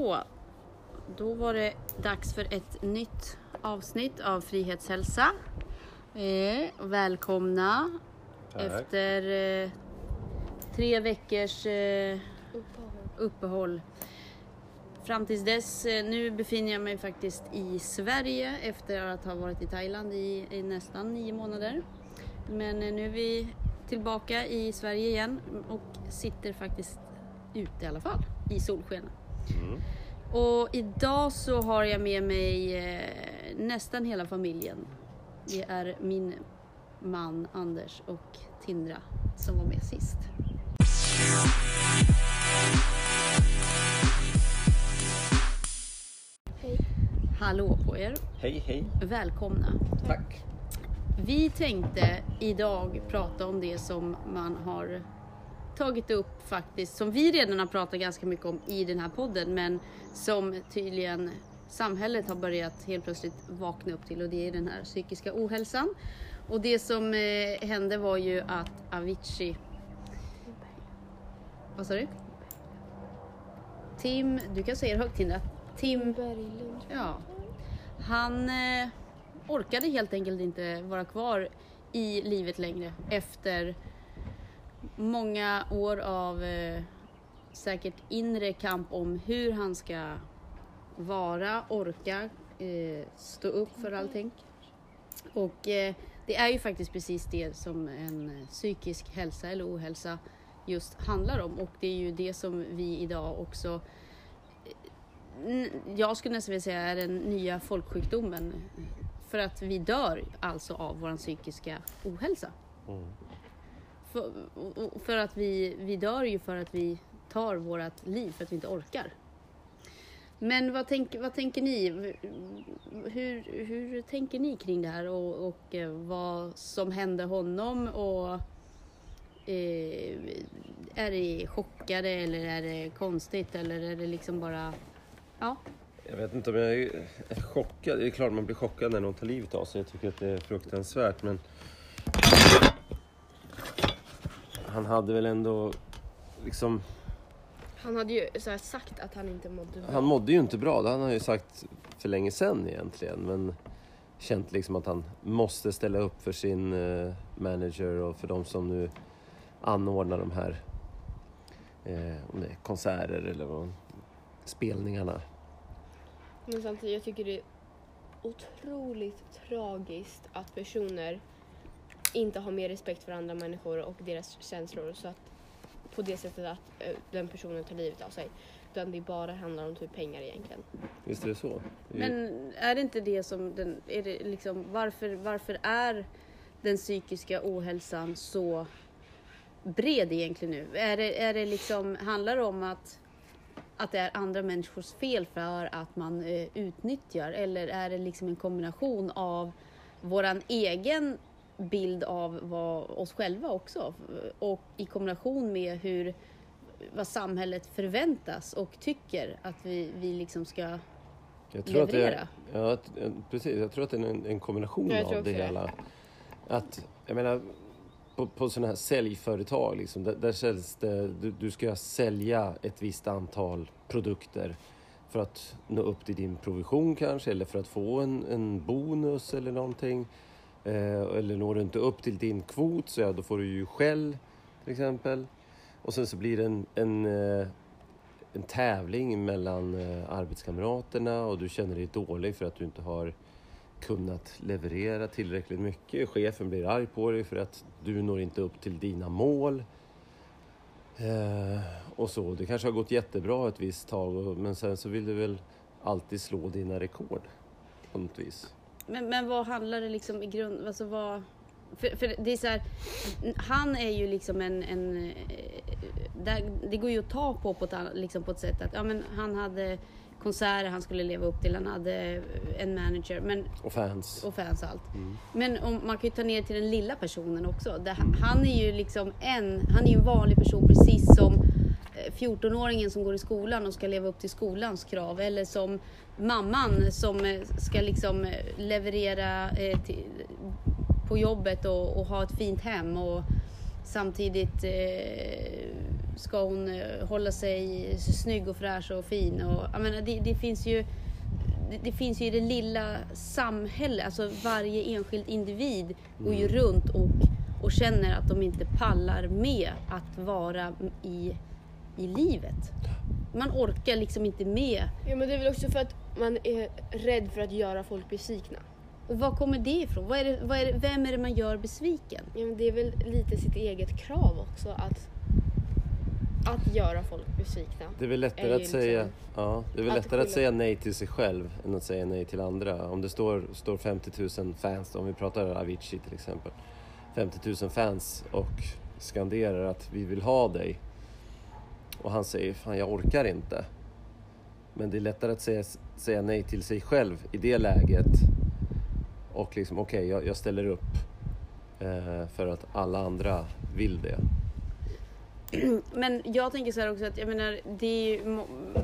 Så, då var det dags för ett nytt avsnitt av Frihetshälsa. Välkomna. Tack. Efter 3 veckors uppehåll. Fram tills dess, nu befinner jag mig faktiskt i Sverige efter att ha varit i Thailand i nästan 9 månader. Men nu är vi tillbaka i Sverige igen och sitter faktiskt ute i alla fall, i solsken. Och idag så har jag med mig nästan hela familjen. Det är min man Anders och Tindra som var med sist. Hej. Hallå på er. Hej, hej. Välkomna. Tack. Vi tänkte idag prata om det som man har tagit upp faktiskt, som vi redan har pratat ganska mycket om i den här podden, men som tydligen samhället har börjat helt plötsligt vakna upp till, och det är den här psykiska ohälsan. Och det som hände var ju att Avicii, vad sa du? Tim, du kan säga det högt, Tindra. Tim Berglund. Ja, han orkade helt enkelt inte vara kvar i livet längre efter många år av säkert inre kamp om hur han ska vara, orka, stå upp för allting. Och det är ju faktiskt precis det som en psykisk hälsa eller ohälsa just handlar om, och det är ju det som vi idag också, jag skulle nästan vilja säga, är den nya folksjukdomen. För att vi dör alltså av vår psykiska ohälsa. För att vi dör ju för att vi tar vårt liv för att vi inte orkar. Men vad tänker ni? Hur tänker ni kring det här? Och vad som hände honom? Och är det chockade eller är det konstigt? Eller är det liksom bara... Ja. Jag vet inte om jag är chockad. Det är klart man blir chockad när någon tar livet av sig. Jag tycker att det är fruktansvärt. Men han hade väl ändå liksom... Han hade ju så här sagt att han inte mådde bra. Han mådde ju inte bra. Det han har ju sagt för länge sedan egentligen. Men känt liksom att han måste ställa upp för sin manager och för de som nu anordnar de här om det är konserter eller vad, spelningarna. Men samtidigt, jag tycker det är otroligt tragiskt att personer inte har mer respekt för andra människor och deras känslor, så att på det sättet att den personen tar livet av sig. Utan det bara handlar om typ pengar egentligen. Visst är det så? Men är det inte det som är det liksom, varför är den psykiska ohälsan så bred egentligen nu? Är det liksom, handlar det om att det är andra människors fel för att man utnyttjar, eller är det liksom en kombination av våran egen bild av oss själva också, och i kombination med vad samhället förväntas och tycker att vi liksom ska leverera? Precis. Jag tror att det är en kombination av det hela. Att, jag menar, på sådana här säljföretag liksom, där säljs det, du ska sälja ett visst antal produkter för att nå upp till din provision kanske, eller för att få en bonus eller någonting. Eller når du inte upp till din kvot, så då får du ju skäll till exempel. Och sen så blir det en tävling mellan arbetskamraterna, och du känner dig dålig för att du inte har kunnat leverera tillräckligt mycket. Chefen blir arg på dig för att du når inte upp till dina mål. Och så. Det kanske har gått jättebra ett visst tag, men sen så vill du väl alltid slå dina rekord på något vis. Men vad handlar det liksom i grund, alltså vad, för det är så här, han är ju liksom det går ju att ta på ett sätt att, ja, men han hade konserter han skulle leva upp till, han hade en manager och fans allt. Men man kan ju ta ner till den lilla personen också. Han är ju liksom han är ju en vanlig person, precis som 14-åringen som går i skolan och ska leva upp till skolans krav, eller som mamman som ska liksom leverera på jobbet och ha ett fint hem, och samtidigt ska hon hålla sig snygg och fräsch och fin. Och, jag menar, det finns ju i det lilla samhället. Alltså varje enskild individ går ju runt och känner att de inte pallar med att vara i livet. Man orkar liksom inte med. Ja, men det är väl också för att man är rädd för att göra folk besvikna. Och var kommer det ifrån? Vem är det man gör besviken? Ja, men det är väl lite sitt eget krav också att göra folk besvikna. Det är väl lättare att säga, det är väl lättare att säga nej till sig själv än att säga nej till andra. Om det står 50 000 fans, om vi pratar Avicii till exempel. 50 000 fans och skanderar att vi vill ha dig. Och han säger, fan jag orkar inte. Men det är lättare att säga nej till sig själv i det läget. Och liksom, okej, jag ställer upp för att alla andra vill det. Men jag tänker så här också att, jag menar, det är ju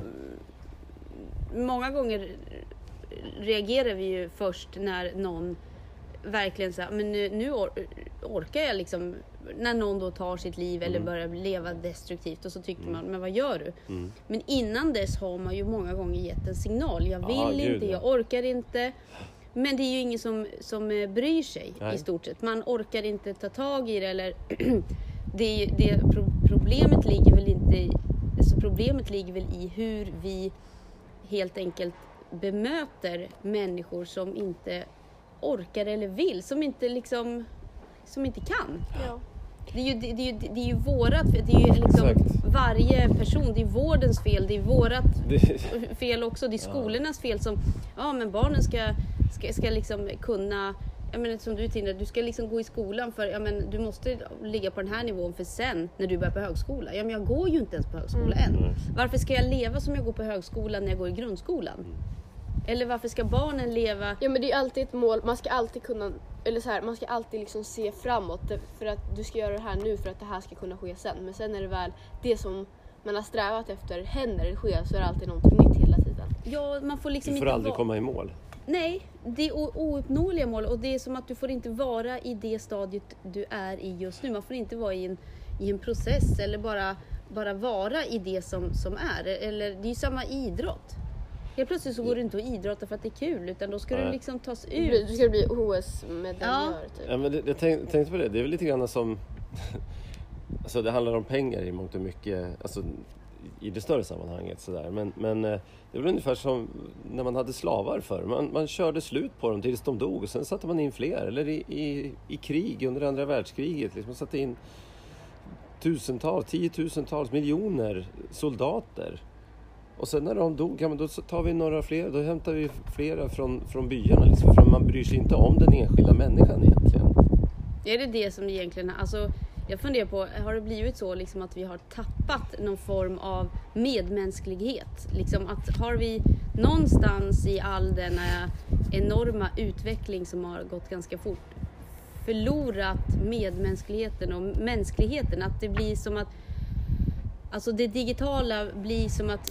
många gånger reagerar vi ju först när någon verkligen så här, men nu orkar jag liksom, när någon då tar sitt liv eller börjar leva destruktivt, och så tycker man, men vad gör du? Men innan dess har man ju många gånger gett en signal. Jag vill inte, jag orkar inte. Men det är ju ingen som bryr sig. Nej. I stort sett. Man orkar inte ta tag i det, eller problemet ligger väl inte, alltså problemet ligger väl i hur vi helt enkelt bemöter människor som inte orkar eller vill, som inte kan. Ja. Det är ju vårat, det är ju liksom varje person, det är vårdens fel, det är vårat fel också, det är skolornas fel som, men barnen ska liksom kunna, jag menar, som du Tina, du ska liksom gå i skolan för, du måste ligga på den här nivån för sen när du börjar på högskola. Men jag går ju inte ens på högskola än. Varför ska jag leva som jag går på högskolan när jag går i grundskolan? Eller varför ska barnen leva? Ja, men det är alltid ett mål. Man ska alltid kunna, eller så här, man ska alltid liksom se framåt, för att du ska göra det här nu för att det här ska kunna ske sen. Men sen är det väl det som man har strävat efter händer eller sker, så är det alltid någonting nytt hela tiden. Ja, man får liksom du får aldrig komma i mål. Nej, det är ouppnåeliga mål, och det är som att du får inte vara i det stadiet du är i just nu. Man får inte vara i en process eller bara vara i det som är. Eller det är ju samma idrott. Helt plötsligt så går du inte att idrotta för att det är kul, utan då ska du liksom tas ut. Du ska bli OS-medaljör typ. Ja, men jag tänkte på det. Det är väl lite grann som alltså det handlar om pengar i mångt och mycket, alltså i det större sammanhanget sådär. Men det är väl ungefär som när man hade slavar förr. Man körde slut på dem tills de dog, och sen satte man in fler. Eller i krig under andra världskriget. Liksom, man satte in tiotusentals, miljoner soldater. Och sen när de dog, då tar vi några fler, då hämtar vi flera från byarna. Liksom, för man bryr sig inte om den enskilda människan egentligen. Är det som egentligen, alltså jag funderar på, har det blivit så liksom att vi har tappat någon form av medmänsklighet? Liksom att har vi någonstans i all denna enorma utveckling som har gått ganska fort förlorat medmänskligheten och mänskligheten? Att det blir som att, alltså det digitala blir som att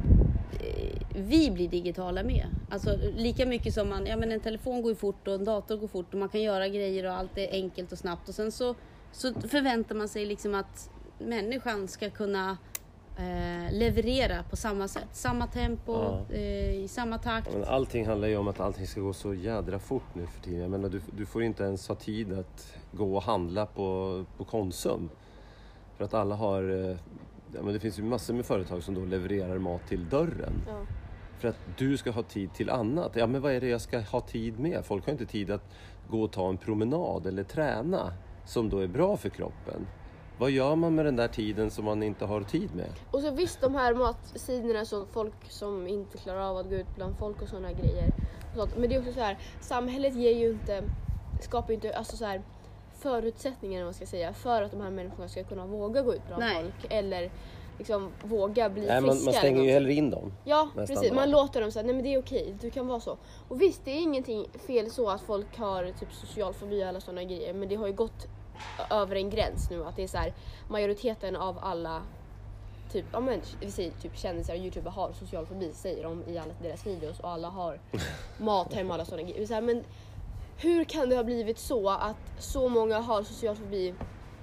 vi blir digitala med. Alltså lika mycket som en telefon går fort och en dator går fort och man kan göra grejer och allt är enkelt och snabbt, och sen så förväntar man sig liksom att människan ska kunna leverera på samma sätt, samma tempo, i samma takt. Men allting handlar ju om att allting ska gå så jädra fort nu för tiden. Jag menar, du får inte ens ha tid att gå och handla på Konsum. För att alla har, men det finns ju massor med företag som då levererar mat till dörren. Ja. För att du ska ha tid till annat. Ja, men vad är det jag ska ha tid med? Folk har inte tid att gå och ta en promenad eller träna som då är bra för kroppen. Vad gör man med den där tiden som man inte har tid med? Och så visst, de här matsidorna, så folk som inte klarar av att gå ut bland folk och sådana grejer. Men det är också så här, samhället skapar ju inte alltså så här förutsättningar, man ska säga, för att de här människorna ska kunna våga gå ut bland folk eller liksom våga bli friska. Man stänger ju hellre in dem. Ja, precis. Man låter dem säga, nej men det är okej, du kan vara så. Och visst, det är ingenting fel så att folk har typ social fobi och alla sådana grejer, men det har ju gått över en gräns nu, att det är så här, majoriteten av alla typ, vi säger typ kändisar och YouTuber har social fobi, säger de i alla deras videos, och alla har mat hemma och alla sådana grejer. Så här, men hur kan det ha blivit så att så många har social fobi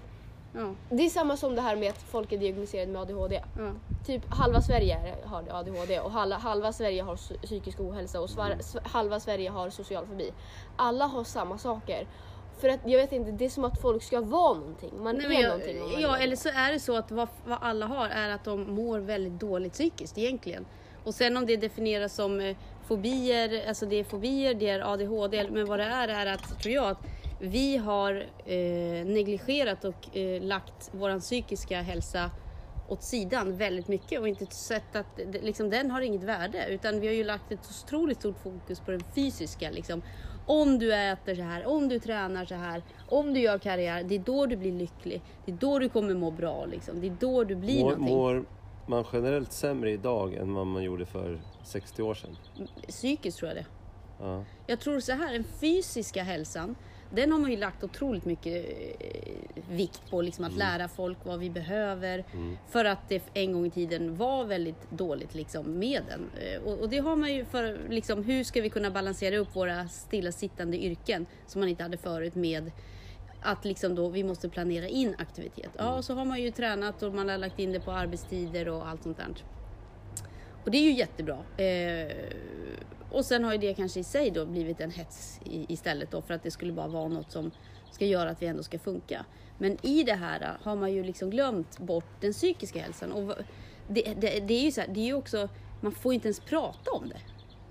Ja. Det är samma som det här med att folk är diagnostiserade med ADHD. Ja. Typ halva Sverige har ADHD och halva Sverige har psykisk ohälsa och halva Sverige har social fobi. Alla har samma saker. För att jag vet inte, det är som att folk ska vara någonting. Eller så är det så att vad alla har är att de mår väldigt dåligt psykiskt egentligen. Och sen om det definieras som fobier, alltså det är fobier, det är ADHD, men vad det är att, tror jag, att vi har negligerat och lagt våran psykiska hälsa åt sidan väldigt mycket och inte sett att liksom, den har inget värde, utan vi har ju lagt ett otroligt stort fokus på den fysiska liksom. Om du äter så här, om du tränar så här, om du gör karriär, det är då du blir lycklig, det är då du kommer må bra liksom. Det är då du blir någonting. Mår man generellt sämre idag än vad man gjorde för 60 år sedan? Psykiskt tror jag det. Ja. Jag tror så här, den fysiska hälsan, den har man ju lagt otroligt mycket vikt på, liksom att lära folk vad vi behöver, för att det en gång i tiden var väldigt dåligt liksom, med den. Och det har man ju för, liksom, hur ska vi kunna balansera upp våra stillasittande yrken som man inte hade förut med att liksom då vi måste planera in aktivitet. Ja, så har man ju tränat och man har lagt in det på arbetstider och allt sånt där. Och det är ju jättebra. Och sen har ju det kanske i sig då blivit en hets istället då, för att det skulle bara vara något som ska göra att vi ändå ska funka. Men i det här har man ju liksom glömt bort den psykiska hälsan. Och det är ju så här, det är ju också, man får inte ens prata om det.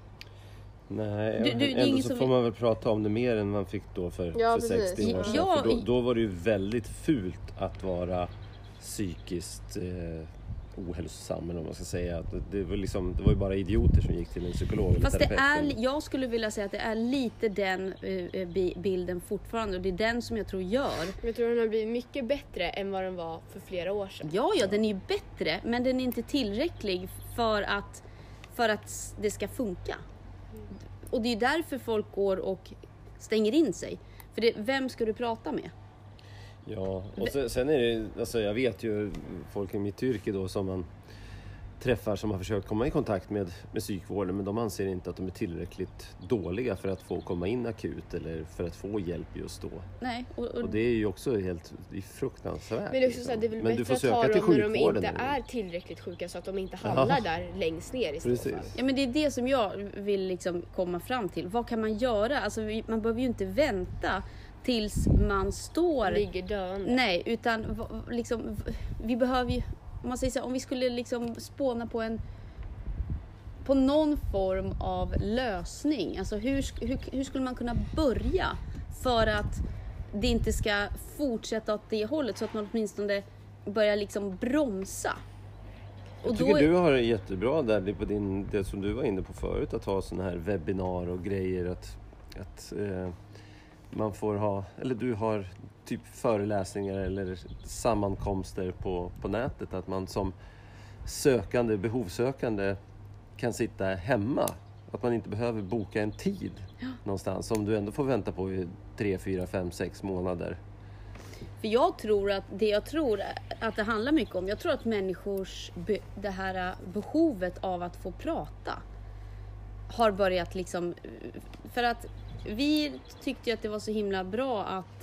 Nej, ändå så får man väl prata om det mer än man fick då för 60 år sedan. Ja, för då var det ju väldigt fult att vara psykiskt ohälsosam, eller vad man ska säga. Det var ju bara idioter som gick till en psykolog eller fast terapeut. Jag skulle vilja säga att det är lite den bilden fortfarande, och det är den som jag tror gör. Jag tror den har blivit mycket bättre än vad den var för flera år sedan. Ja, den är ju bättre, men den är inte tillräcklig för att det ska funka. Och det är därför folk går och stänger in sig. För vem ska du prata med? Ja, och sen är det, alltså jag vet ju folk i mitt yrke då som man träffar som har försökt komma i kontakt med psykvården, men de anser inte att de är tillräckligt dåliga för att få komma in akut eller för att få hjälp just då. Nej, och det är ju också det är fruktansvärt. Men, också så här, det är väl men du får bättre söka att till ta dem när sjukvården. De inte är tillräckligt sjuka så att de inte hamnar där längst ner i så fall. Ja, men det är det som jag vill liksom komma fram till. Vad kan man göra? Alltså, man behöver ju inte vänta tills man ligger döende. Nej, utan liksom, vi behöver ju, om man säger så, om vi skulle liksom spåna på någon form av lösning, alltså hur skulle man kunna börja för att det inte ska fortsätta åt det hållet, så att man åtminstone börjar liksom bromsa. Jag tycker du har det jättebra där på det som du var inne på förut, att ha såna här webbinar och grejer, att man får ha, eller du har typ föreläsningar eller sammankomster på nätet, att man som behovssökande kan sitta hemma, att man inte behöver boka en tid någonstans som du ändå får vänta på i 3, 4, 5, 6 månader. För jag tror att det handlar mycket om, jag tror att människors det här behovet av att få prata har börjat liksom, för att vi tyckte att det var så himla bra att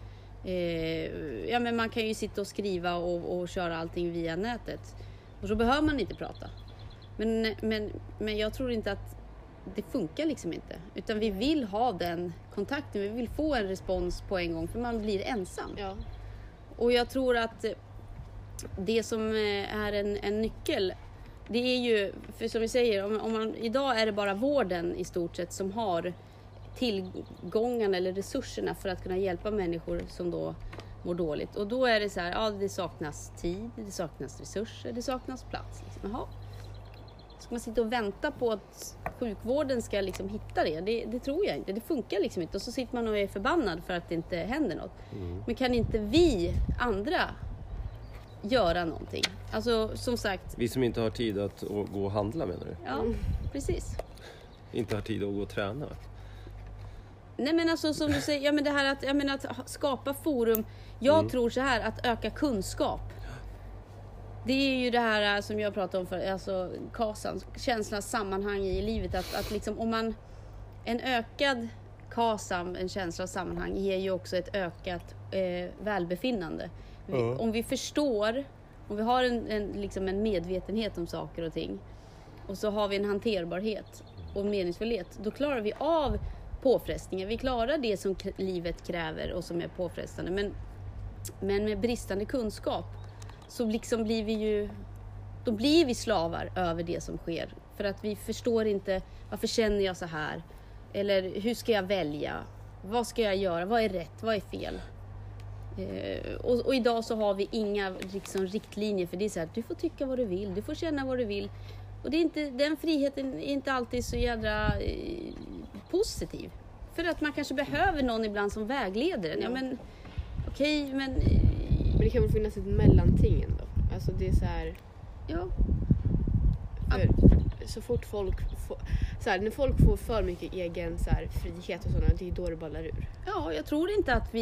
men man kan ju sitta och skriva och köra allting via nätet, och så behöver man inte prata. Men jag tror inte att det funkar liksom inte, utan vi vill ha den kontakten, vi vill få en respons på en gång, för man blir ensam. Ja. Och jag tror att det som är en nyckel, det är ju, för som vi säger, om man, idag är det bara vården i stort sett som har tillgångarna eller resurserna för att kunna hjälpa människor som då mår dåligt. Och då är det så här, det saknas tid, det saknas resurser, det saknas plats. Liksom. Jaha. Ska man sitta och vänta på att sjukvården ska liksom hitta det? Det tror jag inte. Det funkar liksom inte. Och så sitter man och är förbannad för att det inte händer något. Men kan inte vi andra göra någonting? Alltså, som sagt... Vi som inte har tid att gå och handla, menar du? Ja, precis. Inte har tid att gå och träna? Nej, men alltså som du säger, det här att skapa forum. Jag tror så här, att öka kunskap. Det är ju det här som jag pratade om för, alltså KASAM, känslan, sammanhang i livet, att liksom om man, en ökad KASAM, en känsla av sammanhang, ger ju också ett ökat välbefinnande. Om vi förstår, om vi har en medvetenhet om saker och ting, och så har vi en hanterbarhet och meningsfullhet, då klarar vi av påfrestningar. Vi klarar det som livet kräver och som är påfrestande. Men med bristande kunskap så liksom blir vi slavar över det som sker. För att vi förstår inte, varför känner jag så här? Eller hur ska jag välja? Vad ska jag göra? Vad är rätt? Vad är fel? Och idag så har vi inga liksom riktlinjer, för det är så här, du får tycka vad du vill, du får känna vad du vill. Och det är inte, den friheten är inte alltid så jädra positiv. För att man kanske behöver någon ibland som vägleder en. Ja, men okej, men det kan väl finnas ett mellanting ändå. Alltså det är så här. Ja. Så fort folk får, så här, när folk får för mycket egen så här, frihet och sådana, det är då det ballar ur. Ja, jag tror inte att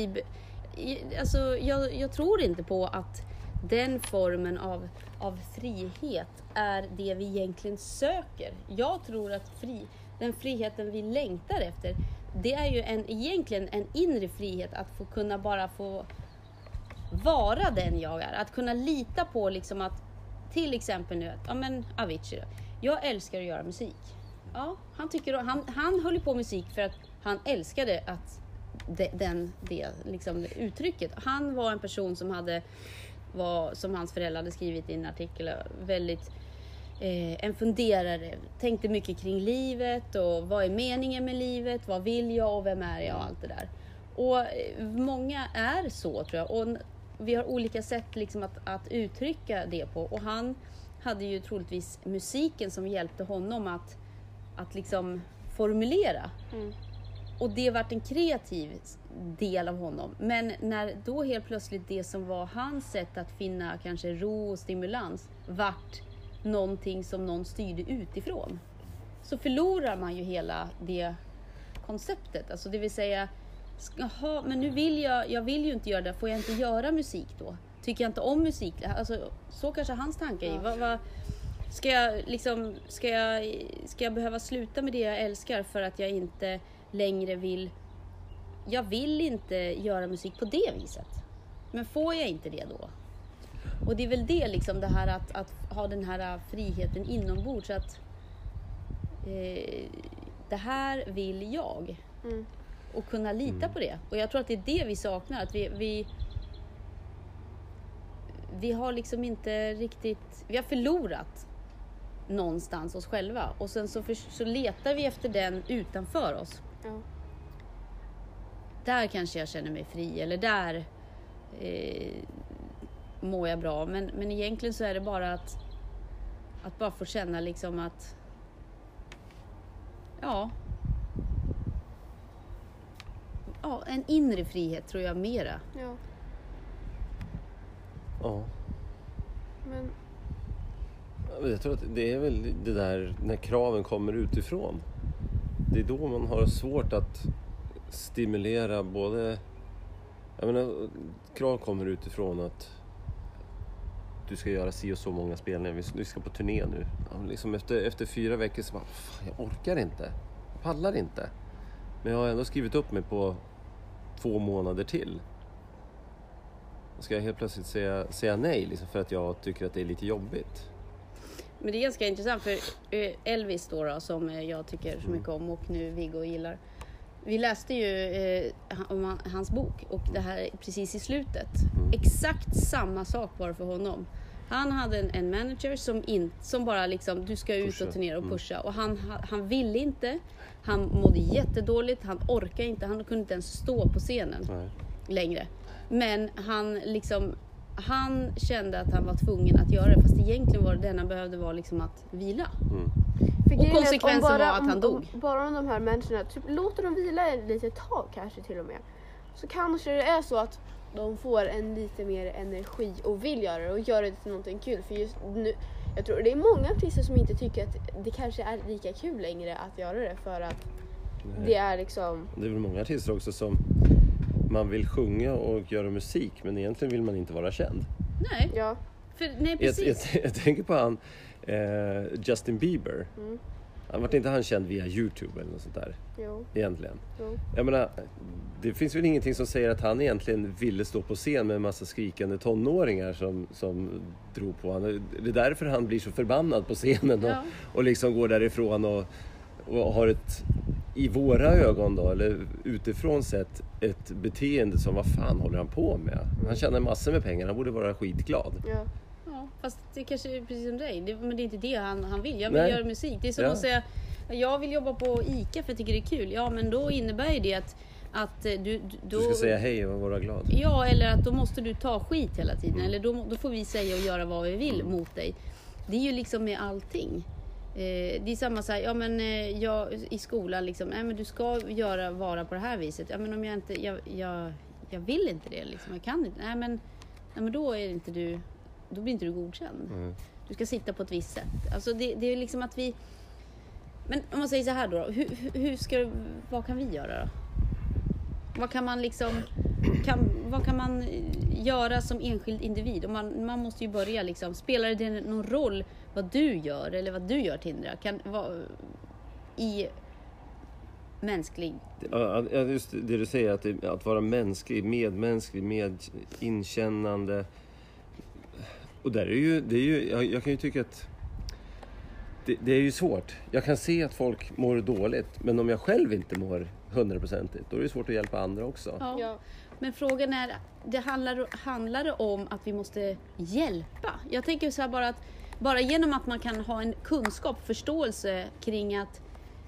jag tror inte på att den formen av frihet är det vi egentligen söker. Jag tror att den friheten vi längtar efter, det är ju egentligen en inre frihet att bara få vara den jag är. Att kunna lita på liksom att, till exempel nu, Avicii då. Jag älskar att göra musik. Ja, han höll på musik för att han älskade att det liksom uttrycket. Han var en person som som hans föräldrar hade skrivit i en artikel, väldigt en funderare, tänkte mycket kring livet och vad är meningen med livet, vad vill jag och vem är jag och allt det där. Och många är så, tror jag, och vi har olika sätt liksom att uttrycka det på, och han hade ju troligtvis musiken som hjälpte honom att liksom formulera. Och det varit en kreativ del av honom. Men när då helt plötsligt det som var hans sätt att finna kanske ro och stimulans vart någonting som någon styrde utifrån, så förlorar man ju hela det konceptet. Alltså det vill säga, jaha, men nu vill jag vill ju inte göra det. Får jag inte göra musik då? Tycker jag inte om musik? Alltså, så kanske hans tanke är. Ska jag behöva sluta med det jag älskar för att jag inte längre vill... Jag vill inte göra musik på det viset. Men får jag inte det då? Och det är väl det liksom, det här att ha den här friheten inombords, så att det här vill jag. Och kunna lita på det. Och jag tror att det är det vi saknar. Att vi har liksom inte riktigt... Vi har förlorat någonstans oss själva. Och sen så letar vi efter den utanför oss. Ja. Där kanske jag känner mig fri. Eller där mår jag bra. Men egentligen så är det bara att bara få känna liksom att... Ja, en inre frihet tror jag mera. Ja. Ja. Men jag tror att det är väl det där när kraven kommer utifrån. Det är då man har svårt att stimulera både... Jag menar, krav kommer utifrån att du ska göra si och så många spelningar. Vi ska på turné nu. Liksom efter 4 veckor så bara, fan, jag orkar inte. Jag pallar inte. Men jag har ändå skrivit upp mig på 2 månader till. Ska jag helt plötsligt säga nej liksom, för att jag tycker att det är lite jobbigt? Men det är ganska intressant, för Elvis då, som jag tycker så mycket om och nu Viggo gillar. Vi läste ju om hans bok, och det här precis i slutet. Exakt samma sak var för honom. Han hade en manager som bara liksom, du ska ut och turnera och pusha. Och han ville inte. Han mådde jättedåligt. Han orkade inte. Han kunde inte ens stå på scenen längre. Men han kände att han var tvungen att göra det. Fast egentligen var det han behövde var liksom att vila. Och konsekvensen var att han dog. Bara de här människorna, typ, låter dem vila ett litet tag kanske till och med. Så kanske det är så att de får en lite mer energi och vill göra det och göra det till någonting kul. För just nu, jag tror det är många artister som inte tycker att det kanske är lika kul längre att göra det, för att det är liksom... Det är väl många artister också som man vill sjunga och göra musik, men egentligen vill man inte vara känd. Nej. Ja. Nej, precis. Jag tänker på han Justin Bieber. Vart inte han känd via YouTube eller något sånt där? Jo. Egentligen. Jo. Jag menar, det finns väl ingenting som säger att han egentligen ville stå på scen med en massa skrikande tonåringar som drog på honom. Det är därför han blir så förbannad på scenen och liksom går därifrån och har ett, i våra ögon då, eller utifrån sett, ett beteende som vad fan håller han på med? Han tjänar massor med pengar, han borde vara skitglad. Ja. Ja, fast det kanske är precis som dig. Men det är inte det han vill. Jag vill göra musik. Det är som att säga, jag vill jobba på ICA för jag tycker det är kul. Ja, men då innebär ju det att du ska säga hej och vara glad. Ja, eller att då måste du ta skit hela tiden. Eller då får vi säga och göra vad vi vill mot dig. Det är ju liksom med allting. Det är samma så här, ja men jag i skolan liksom, nej men du ska vara på det här viset. Ja men om jag inte, jag vill inte det liksom, jag kan inte. Nej men då är inte du, då blir inte du godkänd. Du ska sitta på ett visst sätt. Alltså det är liksom att vi, men om man säger så här då, vad kan vi göra då? Vad kan man liksom, vad kan man göra som enskild individ? Och man måste ju börja liksom, spelar det någon roll vad du gör eller vad du gör, Tindra? Kan vara i mänsklig. Ja, just det du säger, att vara mänsklig, medmänsklig, inkännande. Och där är ju jag kan ju tycka att det är ju svårt. Jag kan se att folk mår dåligt, men om jag själv inte mår 100%, då är det svårt att hjälpa andra också. Ja. Men frågan är, det handlar det om att vi måste hjälpa? Jag tänker så här bara genom att man kan ha en kunskap, förståelse kring att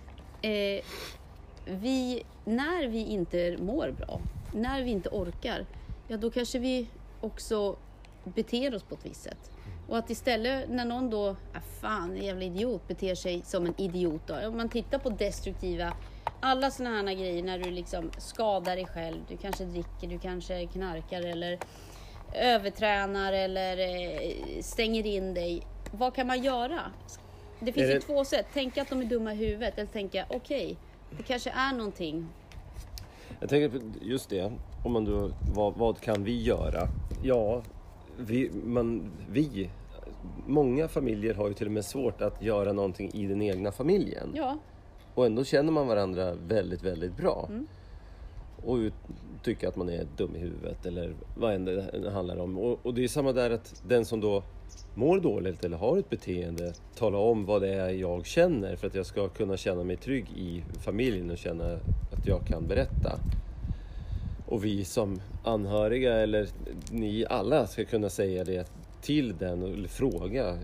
när vi inte mår bra, när vi inte orkar, ja då kanske vi också beter oss på ett visst sätt. Och att istället när någon då, fan en jävla idiot, beter sig som en idiot då. Om man tittar på destruktiva, alla såna här grejer när du liksom skadar dig själv, du kanske dricker, du kanske knarkar eller övertränar eller stänger in dig. Vad kan man göra? Det finns ju två sätt. Tänka att de är dumma i huvudet eller tänka okej, det kanske är någonting. Jag tänker just det, om man då, vad kan vi göra? Ja, många familjer har ju till och med svårt att göra någonting i den egna familjen. Ja. Och ändå känner man varandra väldigt, väldigt bra. Och tycker att man är dum i huvudet eller vad än det handlar om. Och det är samma där, att den som då mår dåligt eller har ett beteende talar om vad det är jag känner för att jag ska kunna känna mig trygg i familjen och känna att jag kan berätta. Och vi som anhöriga eller ni alla ska kunna säga det till den och fråga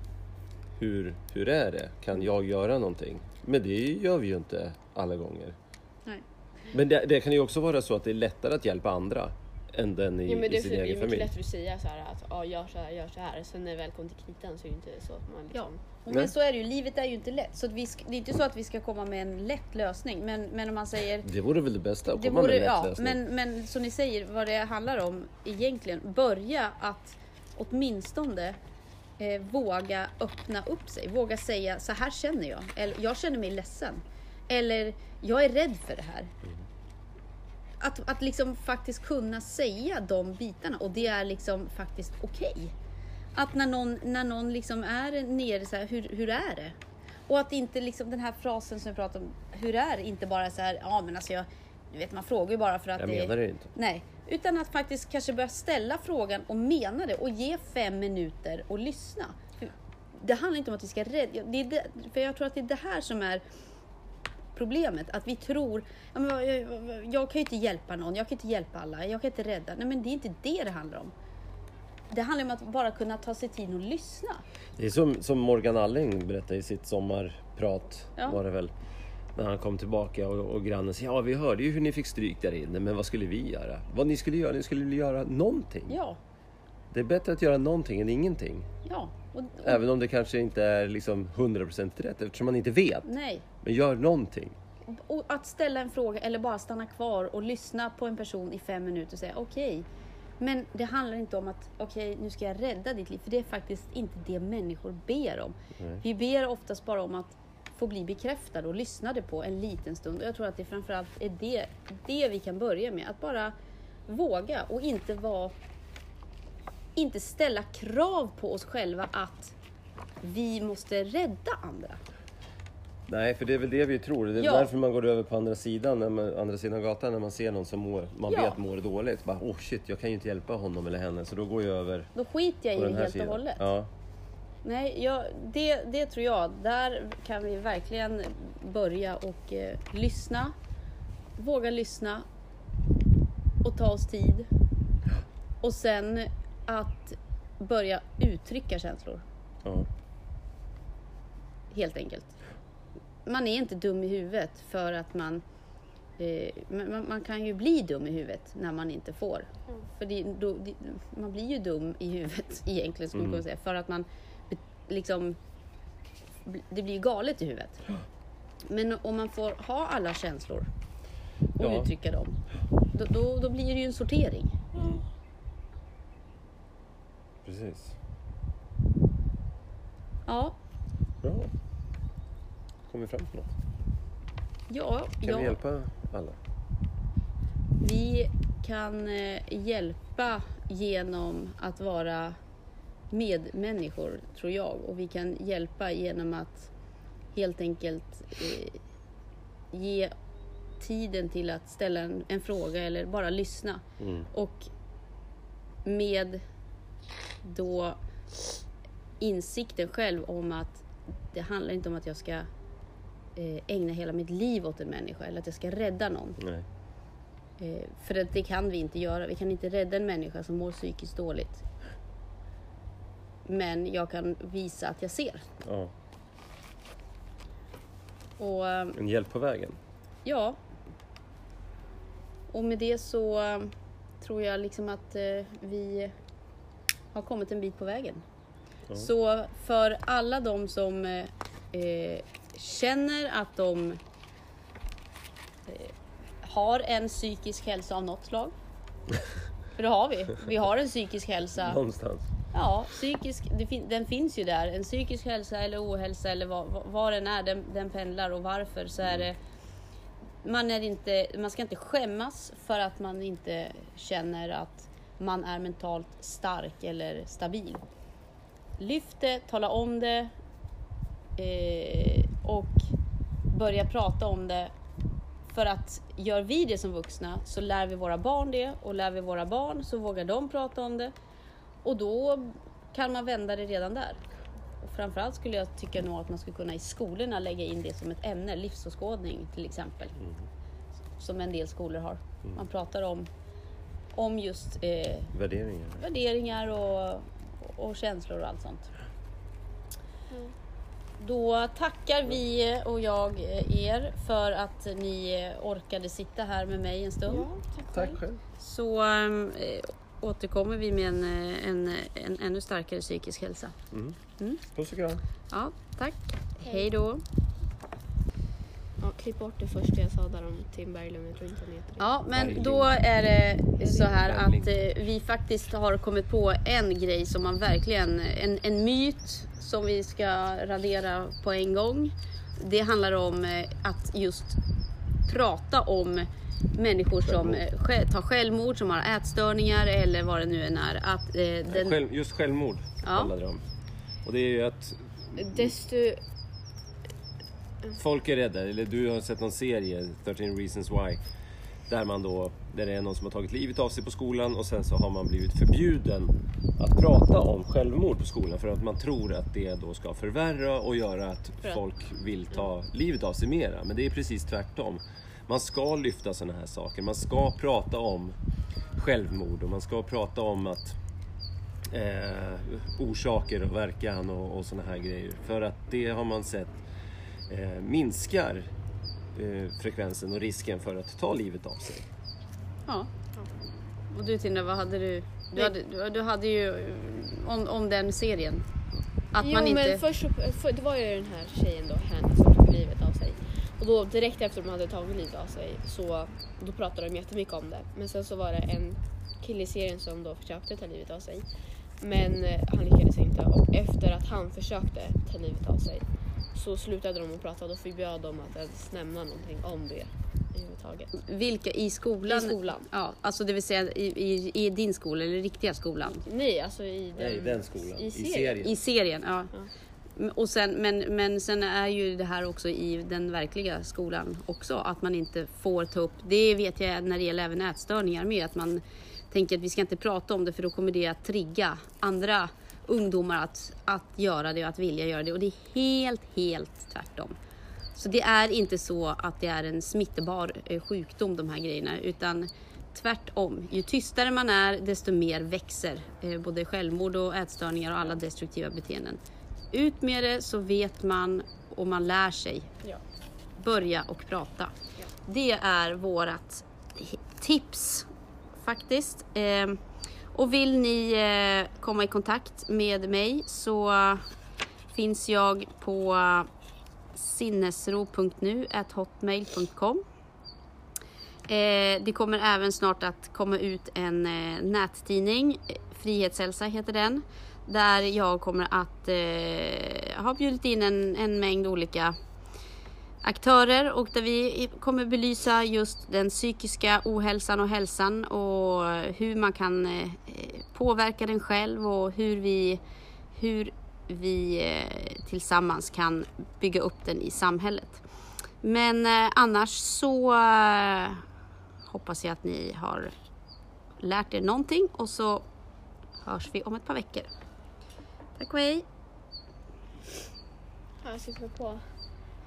hur är det? Kan jag göra någonting? Men det gör vi ju inte alla gånger. Nej. Men det kan ju också vara så att det är lättare att hjälpa andra än den i sin egen familj. Det är mycket lättare att säga så här att gör så här. Sen när det väl kommer till kritan så är det inte så att man liksom... Ja. Men så är det ju, livet är ju inte lätt. Så det är inte så att vi ska komma med en lätt lösning. Men om man säger... Det vore väl det bästa att komma med en lätt lösning. Men som ni säger, vad det handlar om egentligen. Börja att åtminstone våga öppna upp sig. Våga säga, så här känner jag. Eller jag känner mig ledsen. Eller jag är rädd för det här. Att liksom faktiskt kunna säga de bitarna. Och det är liksom faktiskt okej. Att när någon liksom är nere så här, hur är det? Och att inte liksom den här frasen som vi pratar om, hur är det? Inte bara så här, ja men alltså du vet, man frågar ju bara för att jag menar det inte. Nej, utan att faktiskt kanske börja ställa frågan och mena det och ge 5 minuter och lyssna. Det handlar inte om att vi ska rädda, för jag tror att det är det här som är problemet, att vi tror jag kan ju inte hjälpa någon, jag kan inte hjälpa alla, jag kan inte rädda. Nej, men det är inte det handlar om. Det handlar om att bara kunna ta sig tid och lyssna. Det är som Morgan Alling berättade i sitt sommarprat, var det väl, när han kom tillbaka och grannen sa, vi hörde ju hur ni fick stryk där inne, men vad skulle vi göra? Vad ni skulle göra någonting. Ja. Det är bättre att göra någonting än ingenting. Ja. Även om det kanske inte är liksom 100% rätt, eftersom man inte vet. Nej. Men gör någonting. Och att ställa en fråga eller bara stanna kvar och lyssna på en person i 5 minuter och säga okej. Men det handlar inte om att nu ska jag rädda ditt liv. För det är faktiskt inte det människor ber om. Nej. Vi ber oftast bara om att få bli bekräftade och lyssnade på en liten stund. Och jag tror att det framförallt är det vi kan börja med. Att bara våga och inte ställa krav på oss själva att vi måste rädda andra. Nej, för det är väl det vi tror. Det är därför man går över på andra sidan gatan när man ser någon som vet mår dåligt. Bara, shit, jag kan ju inte hjälpa honom eller henne. Så då går jag över. Då skiter jag i det helt och hållet. Ja. Nej, det tror jag. Där kan vi verkligen börja och lyssna. Våga lyssna. Och ta oss tid. Och sen att börja uttrycka känslor. Ja. Helt enkelt. Man är inte dum i huvudet för att man kan ju bli dum i huvudet när man inte får. För man blir ju dum i huvudet egentligen, skulle man säga, för att man liksom, det blir galet i huvudet. Men om man får ha alla känslor och uttrycka dem, då blir det ju en sortering. Precis. Ja. Bra. Kommer vi fram till något? Ja. Kan vi hjälpa alla? Vi kan hjälpa genom att vara medmänniskor, tror jag. Och vi kan hjälpa genom att helt enkelt ge tiden till att ställa en fråga eller bara lyssna. Och med då insikten själv om att det handlar inte om att jag ska ägna hela mitt liv åt en människa eller att jag ska rädda någon. Nej. För att det kan vi inte göra. Vi kan inte rädda en människa som mår psykiskt dåligt. Men jag kan visa att jag ser. Ja. Och, en hjälp på vägen. Ja. Och med det så tror jag liksom att vi har kommit en bit på vägen. Ja. Så för alla de som känner att de har en psykisk hälsa av något slag. För det har vi. Vi har en psykisk hälsa. Någonstans. Ja, den finns ju där. En psykisk hälsa eller ohälsa eller vad den är, den pendlar och varför. Så är det, man ska inte skämmas för att man inte känner att man är mentalt stark eller stabil. Lyft det, tala om det och börja prata om det. För att gör vi det som vuxna så lär vi våra barn det. Och lär vi våra barn så vågar de prata om det. Och då kan man vända det redan där. Och framförallt skulle jag tycka nog att man skulle kunna i skolorna lägga in det som ett ämne. Livsåskådning till exempel. Som en del skolor har. Man pratar om just värderingar och känslor och allt sånt. Då tackar vi och jag er för att ni orkade sitta här med mig en stund. Ja, tack själv. Så återkommer vi med en ännu starkare psykisk hälsa. Puss och kram. Ja, tack. Hej då. Ja, klipp bort det första jag sa där om Tim Berglund. Jag tror inte han heter det. Ja, men då är det så här att vi faktiskt har kommit på en grej som man verkligen, en myt som vi ska radera på en gång. Det handlar om att just prata om människor som tar självmord, som har ätstörningar eller vad det nu än är. Att, just självmord handlar det om. Och det är ju att folk är rädda. Eller du har sett någon serie, 13 Reasons Why, där det är någon som har tagit livet av sig på skolan och sen så har man blivit förbjuden att prata om självmord på skolan för att man tror att det då ska förvärra och göra att folk vill ta livet av sig mera. Men det är precis tvärtom. Man ska lyfta sådana här saker. Man ska prata om självmord och man ska prata om att orsaker och verkan och sådana här grejer. För att det har man sett minskar frekvensen och risken för att ta livet av sig. Ja. Och du Tindra, vad hade du? Du hade ju om den serien. Att man inte... men först det var ju den här tjejen då, henne som tog livet av sig. Och då direkt efter att de hade tagit livet av sig så då pratade de jättemycket om det. Men sen så var det en kille i serien som då försökte ta livet av sig. Men han lyckades inte. Och efter att han försökte ta livet av sig så slutade de att prata och då förbjöd de att ens nämna någonting om det överhuvudtaget. Vilka i skolan? I skolan. Ja, alltså det vill säga i din skola eller riktiga skolan? Nej, alltså i den skolan. I serien. I serien, ja. Och men sen är ju det här också i den verkliga skolan också, att man inte får ta upp, det vet jag när det gäller även ätstörningar med, att man tänker att vi ska inte prata om det för då kommer det att trigga andra ungdomar att göra det och att vilja göra det, och det är helt tvärtom. Så det är inte så att det är en smittebar sjukdom, de här grejerna, utan tvärtom. Ju tystare man är, desto mer växer både självmord och ätstörningar och alla destruktiva beteenden. Ut med det, så vet man och man lär sig. Ja. Börja och prata. Ja. Det är vårat tips faktiskt. Och vill ni komma i kontakt med mig så finns jag på sinnesro.nu@hotmail.com. Det kommer även snart att komma ut en nättidning, Frihetshälsa heter den, där jag kommer att ha bjudit in en mängd olika aktörer, och där vi kommer belysa just den psykiska ohälsan och hälsan och hur man kan påverka den själv och hur vi tillsammans kan bygga upp den i samhället. Men annars så hoppas jag att ni har lärt er någonting, och så hörs vi om ett par veckor. Tack och hej! Här sitter vi på.